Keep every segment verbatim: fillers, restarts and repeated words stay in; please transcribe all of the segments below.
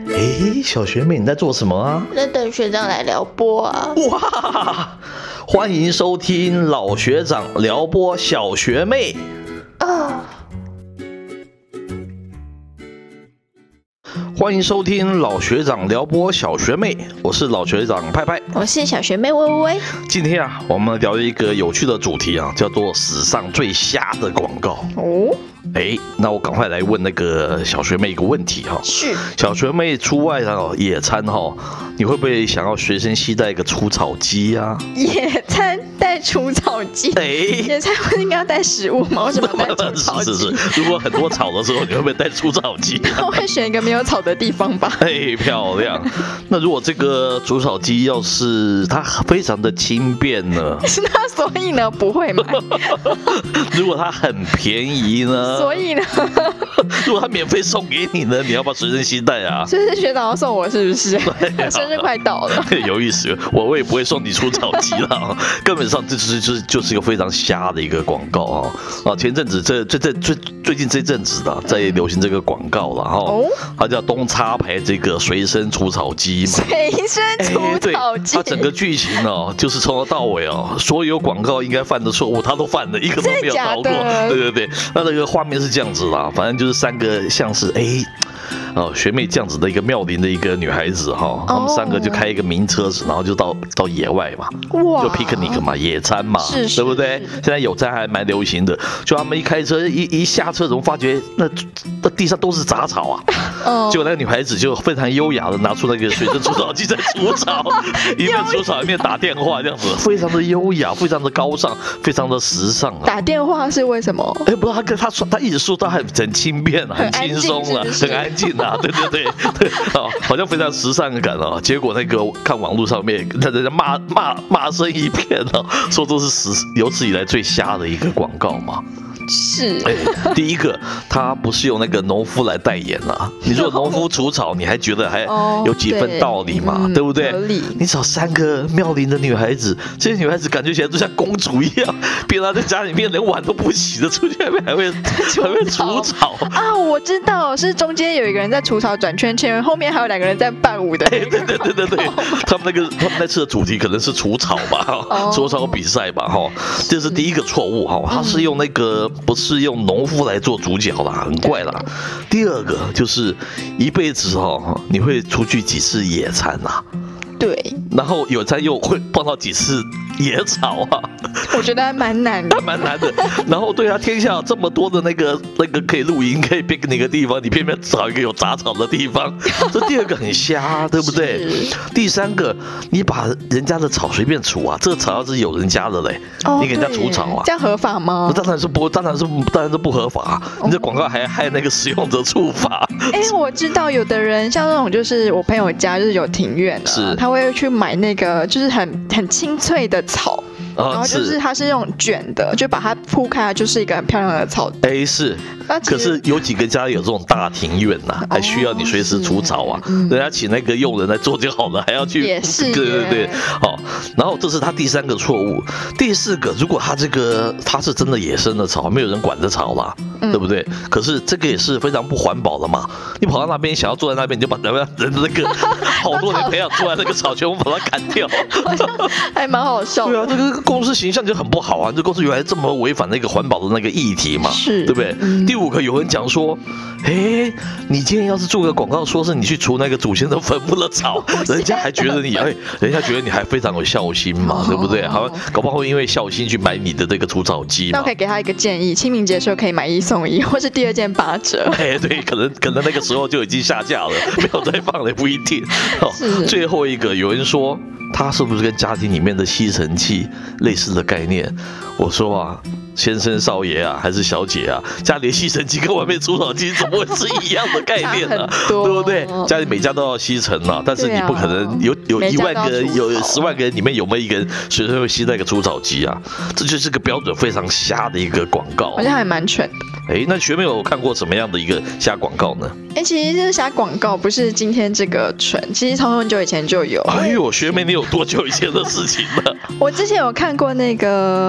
诶，小学妹你在做什么啊？ 在等学长来撩拨啊！ 哇，欢迎收听老学长撩拨小学妹啊！ 欢迎收听老学长撩拨小学妹，我是老学长派派， 我是小学妹微微。 今天啊，我们聊一个有趣的主题啊，叫做史上最瞎的广告哦。 哎，那我赶快来问那个小学妹一个问题哈。 是。 小学妹出外哦野餐哈，你会不会想要随身携带一个除草机啊？ 野餐带除草机？哎，野餐不是应该要带食物吗？为什么要带除草机？ 是是是，如果很多草的时候，你会不会带除草机？ 我会选一个没有草的地方吧。 哎，漂亮。那如果这个除草机要是它非常的轻便呢？ 那所以呢不会买。 如果它很便宜呢？ 所以呢？ 如果他免费送给你呢，你要不要随身携带啊？ 所以是学长要送我是不是？生日快到了。 有意思，我我也不会送你除草机了，根本上这就是就是就是一个非常瞎的一个广告啊！啊，前阵子这这这最最近这阵子的在流行这个广告了哈，哦，它叫东插牌这个随身除草机嘛， 随身除草机， 它整个剧情哦，就是从头到尾哦，所有广告应该犯的错误，它都犯了，一个都没有逃过。对对对，那那个画面是这样子啦，反正就是三个像是哎。哦，学妹这样子的一个妙龄的一个女孩子哈，他们三个就开一个名车子，然后就到到野外嘛，就 picnic 嘛，野餐嘛， 是是对不对？现在有餐还蛮流行的，就他们一开车一一下车，怎么发觉那那地上都是杂草啊？哦，结果那个女孩子就非常优雅的拿出那个随身除草机在除草，一面除草一面打电话，这样子非常的优雅，非常的高尚，非常的时尚啊。 打电话是为什么？ 哎，不知道他跟他说，他一直说他很很轻便啊，很轻松了，很安静啊，对对对对，哦，好像非常时尚感哦。结果那个看网络上面，那人家骂骂骂声一片哦，说都是史有史以来最瞎的一个广告嘛。 是， 哎，第一个，他不是用那个农夫来代言啊。你说农夫除草，你还觉得还有几分道理嘛？对不对？你找三个妙龄的女孩子，这些女孩子感觉起来就像公主一样，平常在家里面连碗都不洗的，出去外面还会还会除草啊！我知道，是中间有一个人在除草转圈圈，后面还有两个人在伴舞的。 哎，对对对对对，他们那个他们那次的主题可能是除草吧，除草比赛吧，哈，这是第一个错误哈，他是用那个。不是用农夫来做主角啦，很怪啦。第二个就是一辈子哦，你会出去几次野餐啊？ 对。 然后有餐又会碰到几次野草啊？ 我觉得还蛮难的， 还蛮难的。然后对啊，天下有这么多的那个那个可以露营、可以 picnic 的地方，你偏偏找一个有杂草的地方，这第二个很瞎，对不对？第三个，你把人家的草随便除啊，这个草要是有人家的嘞，哦、你给人家除草啊， 这样合法吗？ 当然是不，当然是当然是不合法、啊。你这广告还害那个使用者触法。 哎，我知道有的人像那种，就是我朋友家就是有庭院的、啊， 是他会去买那个就是很很清脆的草。然后就是它是用卷的，就把它铺开，就是一个很漂亮的草地。 哎，是。可是有几个家有这种大庭院呐、啊，还需要你随时除草啊。人家请那个佣人来做就好了，还要去。 也是。 对对对，好。然后这是他第三个错误。第四个，如果他这个他是真的野生的草，没有人管着草啦，对不对？可是这个也是非常不环保的嘛。你跑到那边想要坐在那边，你就把人人的那个好多年培养出来那个草全部把它砍掉， 还蛮好笑的。 对啊，这个公司形象就很不好啊！这公司原来这么违反那个环保的那个议题嘛， 是， 对不对？嗯、第五个有人讲说，哎，你今天要是做个广告，说是你去除那个祖先的坟墓的草，人家还觉得你哎，人家觉得你还非常有孝心嘛，对不对？好，搞不好会因为孝心去买你的这个除草机嘛。 那我可以给他一个建议，清明节的时候可以买一送一，或是第二件八折。 哎，对，可能可能那个时候就已经下架了，没有再放了，不一定。哦，最后一个有人说。它是不是跟家庭里面的吸尘器类似的概念？我说啊，先生少爷啊，还是小姐啊，家里的吸尘器跟外面除草机怎么会是一样的概念呢、啊？对不对？家里每家都要吸尘啊，但是你不可能有有一万个人，有十万个人里面有没有一个人随身会携带一个除草机啊？这就是个标准非常瞎的一个广告， 好像还蛮蠢的。 哎，那学妹有看过什么样的一个瞎广告呢？ 哎，其实这是瞎广告，不是今天这个蠢，其实从很久以前就有。 哎呦，学妹，你有多久以前的事情了？ 我之前有看过那个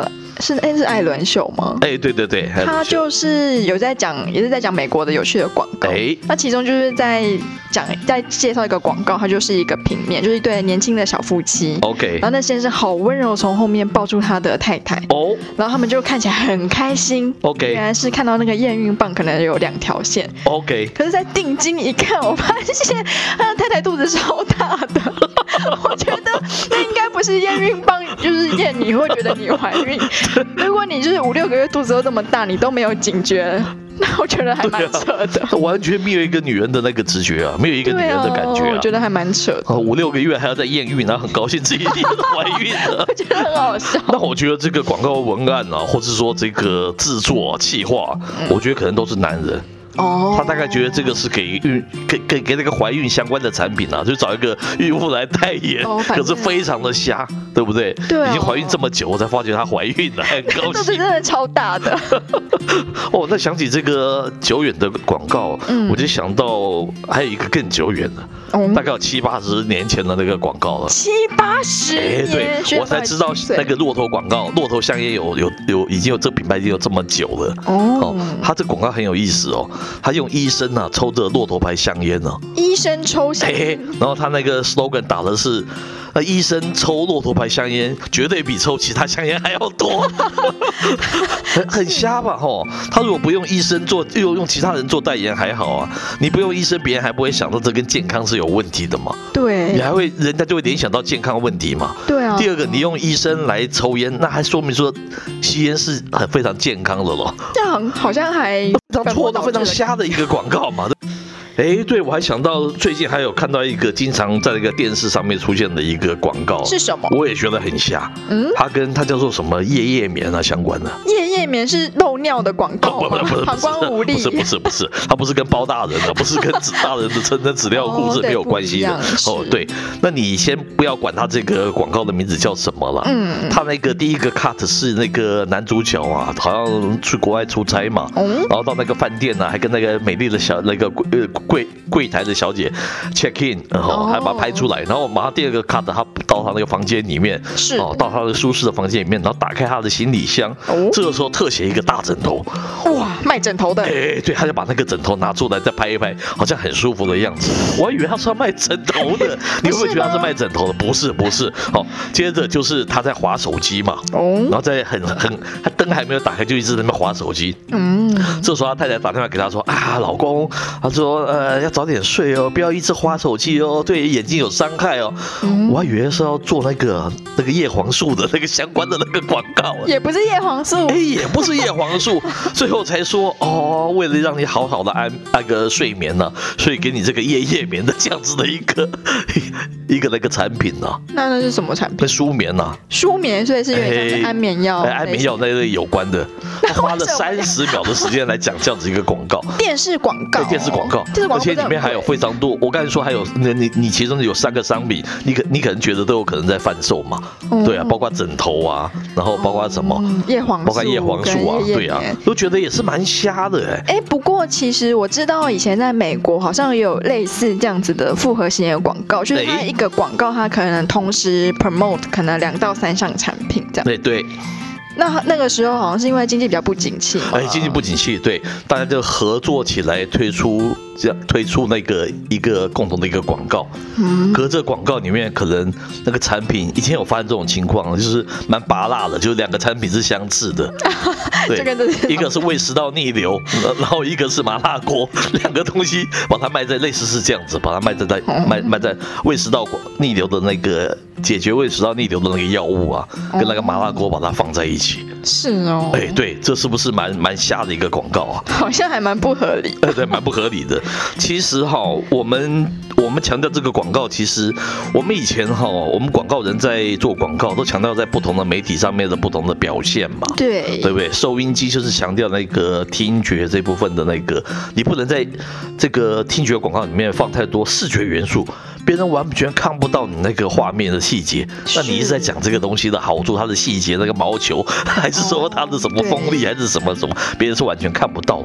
是哎是艾伦秀吗？ 哎，对对对， 他就是有在讲，也是在讲美国的有趣的广告。哎，那其中就是在讲在介绍一个广告，它就是一个平面，就是一对年轻的小夫妻。 OK， 然后那先生好温柔从后面抱住他的太太。哦，然后他们就看起来很开心。 OK， 原来是看到那个验孕棒可能有两条线。 OK， 可是，在定睛一看，我发现他的太太肚子超大的。我觉得那应该不是验孕棒，就是验你会觉得你怀孕。如果你就是五六个月肚子都这么大，你都没有警觉，那我觉得还蛮扯的。 啊、完全没有一个女人的那个直觉啊，没有一个女人的感觉、啊啊、我觉得还蛮扯的。 五六个月还要在验孕，然后很高兴自己怀孕了， 我觉得很好笑。 那我觉得这个广告文案啊，或者说这个制作企划，嗯、我觉得可能都是男人。哦，他大概觉得这个是给孕给给给那个怀孕相关的产品啊，就找一个孕妇来代言，哦、可是非常的瞎，对不对？ 对、哦， 已经怀孕这么久，我才发觉她怀孕了，很高兴。 肚子真的超大的。 哦，那想起这个久远的广告，嗯、我就想到还有一个更久远的。嗯、大概有七八十年前的那个广告了， 七八十年， 欸、对，我才知道那个骆驼广告，骆驼香烟有有有已经有这品牌已经有这么久了。哦，哦它这广告很有意思哦，他用医生啊抽着骆驼牌香烟呢、啊， 医生抽香烟、 欸，然后他那个 slogan 打的是，那医生抽骆驼牌香烟绝对比抽其他香烟还要多，很很瞎吧吼？他如果不用医生做，又用其他人做代言还好啊，你不用医生，别人还不会想到这跟健康是有问题的嘛？ 对， 你还会人家就会联想到健康问题嘛？ 对啊。 第二个，你用医生来抽烟，那还说明说吸烟是很非常健康的咯。 这样好像还非常错的、非常瞎的一个广告嘛。哎，对，我还想到最近还有看到一个经常在那个电视上面出现的一个广告， 是什么？ 我也觉得很瞎。嗯，它跟它叫做什么夜夜眠啊相关的。 夜夜眠是漏尿的广告吗？ 不不不， 膀胱无力。 不是不是不是，它不是跟包大人的，不是跟大人的成人纸尿裤是没有关系的。哦，对，那你先不要管它这个广告的名字叫什么了。嗯，它那个第一个 cut 是那个男主角啊，好像去国外出差嘛，然后到那个饭店呢、啊，还跟那个美丽的小那个呃。柜柜台的小姐 check in， 然后还把它拍出来，然后马上第二个 cut， 他到他那个房间里面， 是哦，到他的舒适的房间里面，然后打开他的行李箱，哦、这个时候特写一个大枕头， 哇，卖枕头的， 哎，对，他就把那个枕头拿出来再拍一拍，好像很舒服的样子，我还以为他是要卖枕头的，你会不会觉得他是卖枕头的？不是，不是，哦，接着就是他在滑手机嘛，哦，然后在很很，他灯还没有打开就一直在那边滑手机，嗯，这时候他太太打电话给他说啊，老公，他说呃要早点睡哦，不要一直滑手机哦，对眼睛有伤害哦。嗯、我还以为是要做那个那个叶黄素的那个相关的那个广告， 也不是叶黄素， 哎，也不是叶黄素，最后才说哦，为了让你好好的安那个睡眠呢、啊，所以给你这个夜夜眠的这样子的一个一个那个产品呢、啊。 那那是什么产品？ 那舒眠呐、啊， 舒眠，所以是有点像是安眠药， 哎，安眠药那类有关的。他花了三十秒的时间来讲这样子一个广告， 电视广告， 对，电视广告，而且里面还有非常多。我刚才说还有，你你你其中有三个商品，你可你可能觉得都有可能在贩售嘛，嗯、对啊，包括枕头啊，然后包括什么叶、嗯、黄素， 包括叶黄素啊，对啊，都觉得也是蛮瞎的哎、 欸。哎，不过其实我知道以前在美国好像也有类似这样子的复合型的广告，就是它一个广告它可能同时 promote 可能两到三项产品这样。 对对。 那那个时候好像是因为经济比较不景气嘛， 哎，经济不景气，对，大家就合作起来推出这样推出那个一个共同的一个广告，嗯，可是这广告里面可能那个产品以前有发生这种情况，就是蛮拔辣的，就是两个产品是相似的，对，一个是胃食道逆流，然后一个是麻辣锅，两个东西把它卖在类似是这样子，把它卖在在卖卖在胃食道逆流的那个解决胃食道逆流的那个药物啊，跟那个麻辣锅把它放在一起。 是哦， 哎，对，这是不是蛮蛮瞎的一个广告啊？ 好像还蛮不合理。 对对，蛮不合理的。其实哈，我们我们强调这个广告，其实我们以前哈，我们广告人在做广告都强调在不同的媒体上面的不同的表现嘛。 对， 对不对？收音机就是强调那个听觉这部分的那个，你不能在这个听觉广告里面放太多视觉元素。别人完全看不到你那个画面的细节，那你一直在讲这个东西的好处，它的细节，那个毛球，还是说它的什么锋利，还是什么什么，别人是完全看不到的。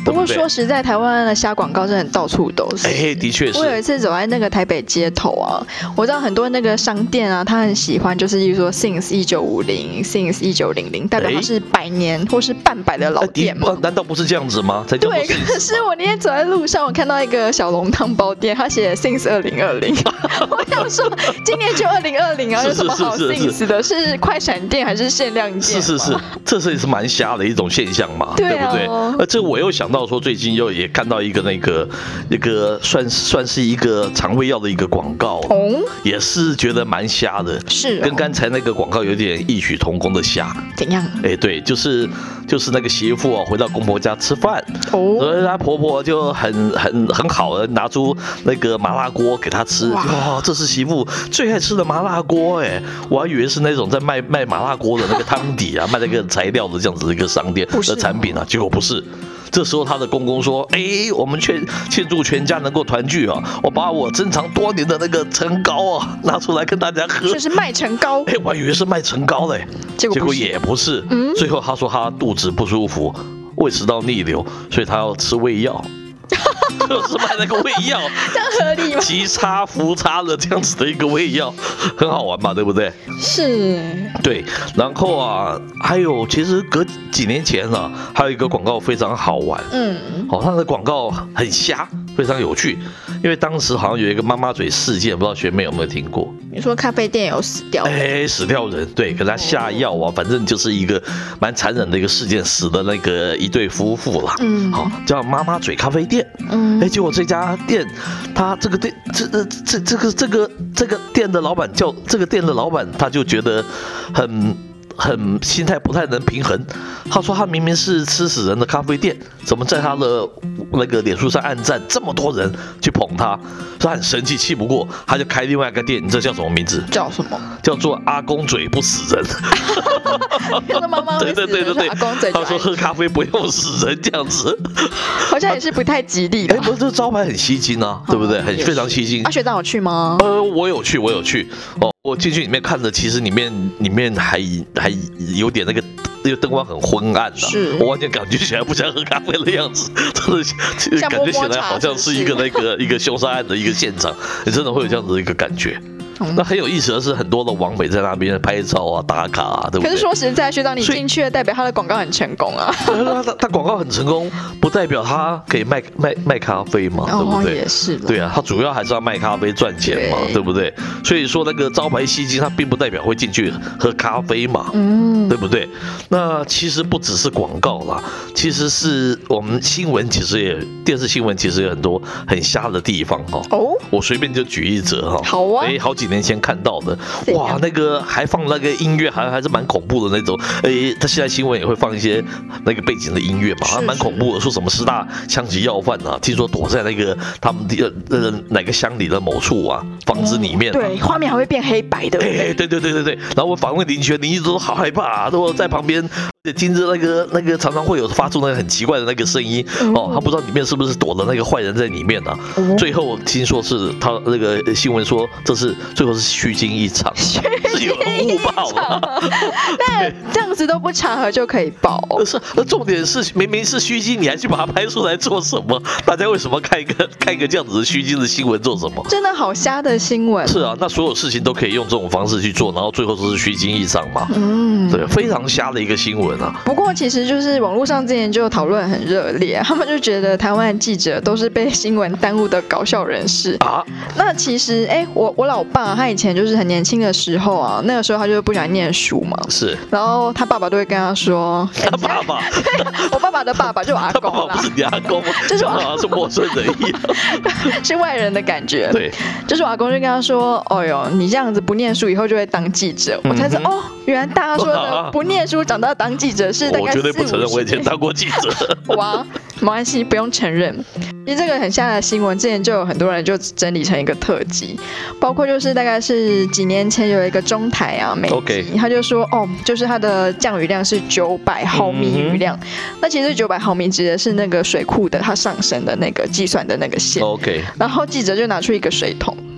不过说实在，台湾的虾广告真的到处都是。 哎，的确是。 我有一次走在那个台北街头啊，我知道很多那个商店啊，他很喜欢，就是例如说 since 一九五零 since 一九零零，代表它是百年或是半百的老店嘛。 难道不是这样子吗？才叫做 since。 对，可是我那天走在路上，我看到一个小笼汤包店，他写 since 二零二零，我想说今年就二零二零啊，有什么好 since 的？是快闪店还是限量店？ 是是是，这是也是蛮瞎的一种现象嘛，对, 啊、对不对？呃，这我又想到说，最近又也看到一个那个那个算算是一个肠胃药的一个广告，哦，也是觉得蛮瞎的， 是、哦、 跟刚才那个广告有点异曲同工的瞎。 怎样？ 哎，对，就是就是那个媳妇啊，回到公婆家吃饭，哦，所以她婆婆就很很很好的拿出那个麻辣锅给她吃，哇，哇，这是媳妇最爱吃的麻辣锅，哎，我还以为是那种在卖卖麻辣锅的那个汤底啊，卖那个材料的这样子的一个商店的产品啊，结果不是。这时候他的公公说：“哎，我们劝庆祝全家能够团聚啊！我把我珍藏多年的那个陈膏啊拿出来跟大家喝。” 这是卖陈膏？ 哎，我还以为是卖陈膏嘞，结果也不是。嗯，最后他说他肚子不舒服，胃食道逆流，所以他要吃胃药。就是卖那个胃药， 这样合理吗？ 奇差福差的这样子的一个胃药，很好玩嘛，对不对？ 是， 对。然后啊，还有其实隔几年前啊，还有一个广告非常好玩，嗯，好、哦，它的广告很瞎，非常有趣。因为当时好像有一个妈妈嘴事件，不知道学妹有没有听过？ 你说咖啡店有死掉？ 哎，死掉人，对，给他下药啊，反正就是一个蛮残忍的一个事件，死的那个一对夫妇啦，嗯，好、哦，叫妈妈嘴咖啡店。嗯，哎，结果这家店，他这个店，这这这这个这个这个店的老板叫这个店的老板，他就觉得很很心态不太能平衡。他说他明明是吃死人的咖啡店，怎么在他的那个脸书上按赞，这么多人去捧他，所以他很生气，气不过，他就开另外一个店，你知道叫什么名字？ 叫什么？ 叫做阿公嘴不死人。 叫做妈妈会死人，对对对对，阿公嘴。 他说喝咖啡不用死人这样子， 好像也是不太吉利的。 哎，不是，这招牌很吸睛啊，对不对？很非常吸睛。 啊，学长有去吗？ 呃，我有去，我有去。哦，我进去里面看着，其实里面里面还还有点那个。那个灯光很昏暗的、啊，我完全感觉起来不像喝咖啡的样子，真的感觉起来好像是一个那个一个凶杀案的一个现场，你真的会有这样子的一个感觉。那很有意思的是，很多的网美在那边拍照啊、打卡啊，对不对？ 可是说实在，学长你进去了，代表他的广告很成功啊。 他他他广告很成功，不代表他可以卖卖卖咖啡嘛，对不对？ 也是。 对啊，他主要还是要卖咖啡赚钱嘛， 对, 对不对？所以说那个招牌吸睛，它并不代表会进去喝咖啡嘛，嗯，对不对？那其实不只是广告啦，其实是我们新闻，其实也电视新闻其实有很多很瞎的地方哈。哦，我随便就举一则哈。 好啊。 哎，好几年前看到的，哇，那个还放那个音乐，还还是蛮恐怖的那种。哎，他现在新闻也会放一些那个背景的音乐嘛，还蛮恐怖的，说什么十大枪击要犯啊，听说躲在那个他们的呃哪个乡里的某处啊房子里面、啊， 对，画面还会变黑白的。 哎，对对对对对。然后我访问邻居，邻居都好害怕、啊，都在旁边听着那个那个常常会有发出那个很奇怪的那个声音哦，他不知道里面是不是躲的那个坏人在里面啊。最后听说是他那个新闻说这是最后是虚惊一场，是有人误报啊。 那这样子都不查核就可以报？ 是，重点是明明是虚惊，你还去把它拍出来做什么？大家为什么看一个看一个这样子的虚惊的新闻做什么？ 真的好瞎的新闻。 是啊，那所有事情都可以用这种方式去做，然后最后都是虚惊一场嘛。嗯，对，非常瞎的一个新闻。 不过其实就是网络上之前就讨论很热烈，他们就觉得台湾的记者都是被新闻耽误的搞笑人士啊。那其实哎、欸，我我老爸他以前就是很年轻的时候啊，那个时候他就不喜欢念书嘛， 是。 然后他爸爸都会跟他说， 他爸爸， 我爸爸的爸爸就我阿公啦， 他爸爸不是你阿公吗？ 就是我好像是陌生人一样， 是外人的感觉。 对， 就是我阿公就跟他说，哦哟，你这样子不念书以后就会当记者。嗯、我才知道哦，原来大家说的不念书长大当记者是大概四五十。 我绝对不承认我以前当过记者。 哇，没关系，不用承认。其实这个很瞎的新闻，之前就有很多人就整理成一个特辑，包括就是大概是几年前有一个中台啊美集，他就说哦，就是它的降雨量是九百毫米雨量，嗯、那其实九百毫米指的是那个水库的它上升的那个计算的那个线。 OK， 然后记者就拿出一个水桶。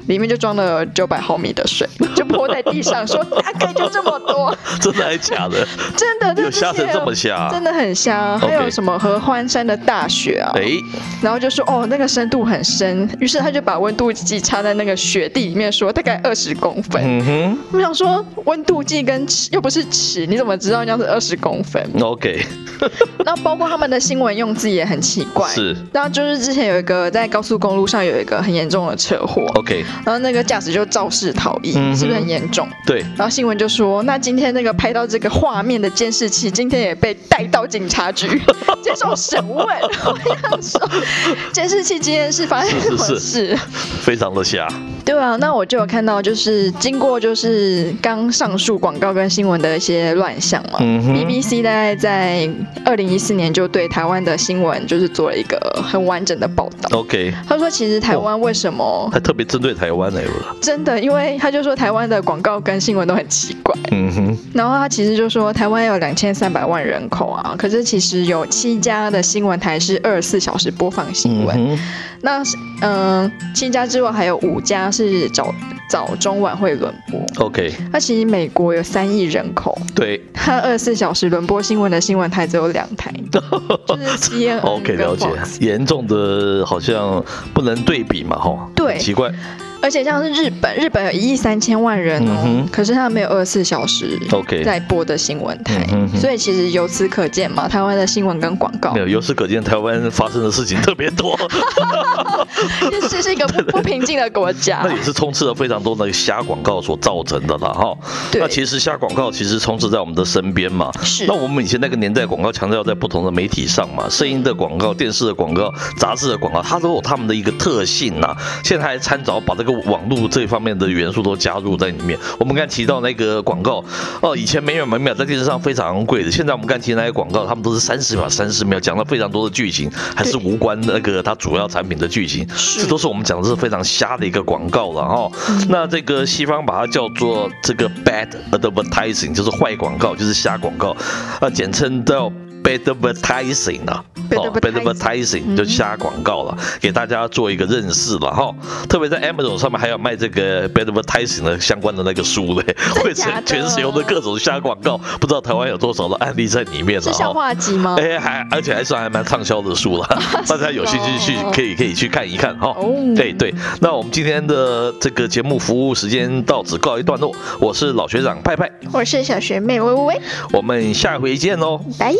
里面就装了九百毫米的水，就泼在地上，说大概就这么多。 真的还假的？ 真的， 有下成这么瞎？ 真的很瞎。还有什么合欢山的大雪啊？ 哎， 然后就说哦，那个深度很深，于是他就把温度计插在那个雪地里面，说大概二十公分。嗯哼，我想说温度计跟尺又不是尺，你怎么知道那样是二十公分 ？OK。 那包括他们的新闻用字也很奇怪。 是。 然后就是之前有一个在高速公路上有一个很严重的车祸。 OK。 然后那个驾驶就肇事逃逸，嗯、是不是很严重？ 对。 然后新闻就说，那今天那个拍到这个画面的监视器，今天也被带到警察局接受审问。我想说，监视器今天是发生什么事？ 是是是非常的瞎。 对啊，那我就有看到，就是经过就是刚上述广告跟新闻的一些乱象嘛、嗯、，B B C 大概在二零一四年就对台湾的新闻就是做了一个很完整的报道。 OK， 他说其实台湾为什么还特别针对台湾呢？ 真的，因为他就说台湾的广告跟新闻都很奇怪。嗯哼，然后他其实就说台湾有两千三百万人口啊，可是其实有七家的新闻台是二十四小时播放新闻。嗯、那嗯、呃，七家之外还有五家是早早中晚会轮播。 OK， 那其实美国有三亿人口， 对， 它二十四小时轮播新闻的新闻台只有两台，就是 C N N OK， 了解，严重的好像不能对比嘛，哈， 对， 奇怪。 而且像是日本，日本有一亿三千万人哦，嗯、可是它没有二十四小时在播的新闻台， okay. 嗯、所以其实由此可见嘛，台湾的新闻跟广告没有，由此可见台湾发生的事情特别多， 这是一个 不, 不平静的国家， 那也是充斥了非常多的瞎广告所造成的啦，哈。那其实瞎广告其实充斥在我们的身边嘛， 是。 那我们以前那个年代广告强调在不同的媒体上嘛，声音的广告、电视的广告、杂志的广告，它都有他们的一个特性呐。现在还参照把这个网络这方面的元素都加入在里面。我们刚才提到那个广告，哦，以前每秒每秒在电视上非常昂贵的，现在我们刚才提的那些广告，他们都是三十秒、三十秒，讲了非常多的剧情，还是无关那个它主要产品的剧情，这都是我们讲的是非常瞎的一个广告了哈。嗯、那这个西方把它叫做这个 bad advertising， 就是坏广告，就是瞎广告，啊，简称叫bad advertising 啊。哦 ，bad advertising 就瞎广告了，给大家做一个认识了哈。特别在 Amazon 上面还有卖这个 bad advertising 的相关的那个书嘞，会全使用的各种瞎广告，不知道台湾有多少的案例在里面了。 是笑话集吗？ 哎，还而且还算还蛮畅销的书了，大家有兴趣去可以可以去看一看哈。对对，那我们今天的这个节目服务时间到此告一段落，我是老学长派派， 我是小学妹微微， 我们下回见喽， 拜。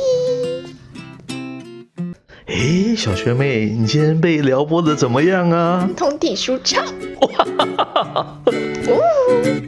哎，小学妹，你今天被撩拨的怎么样啊？ 通体舒畅。哇！哦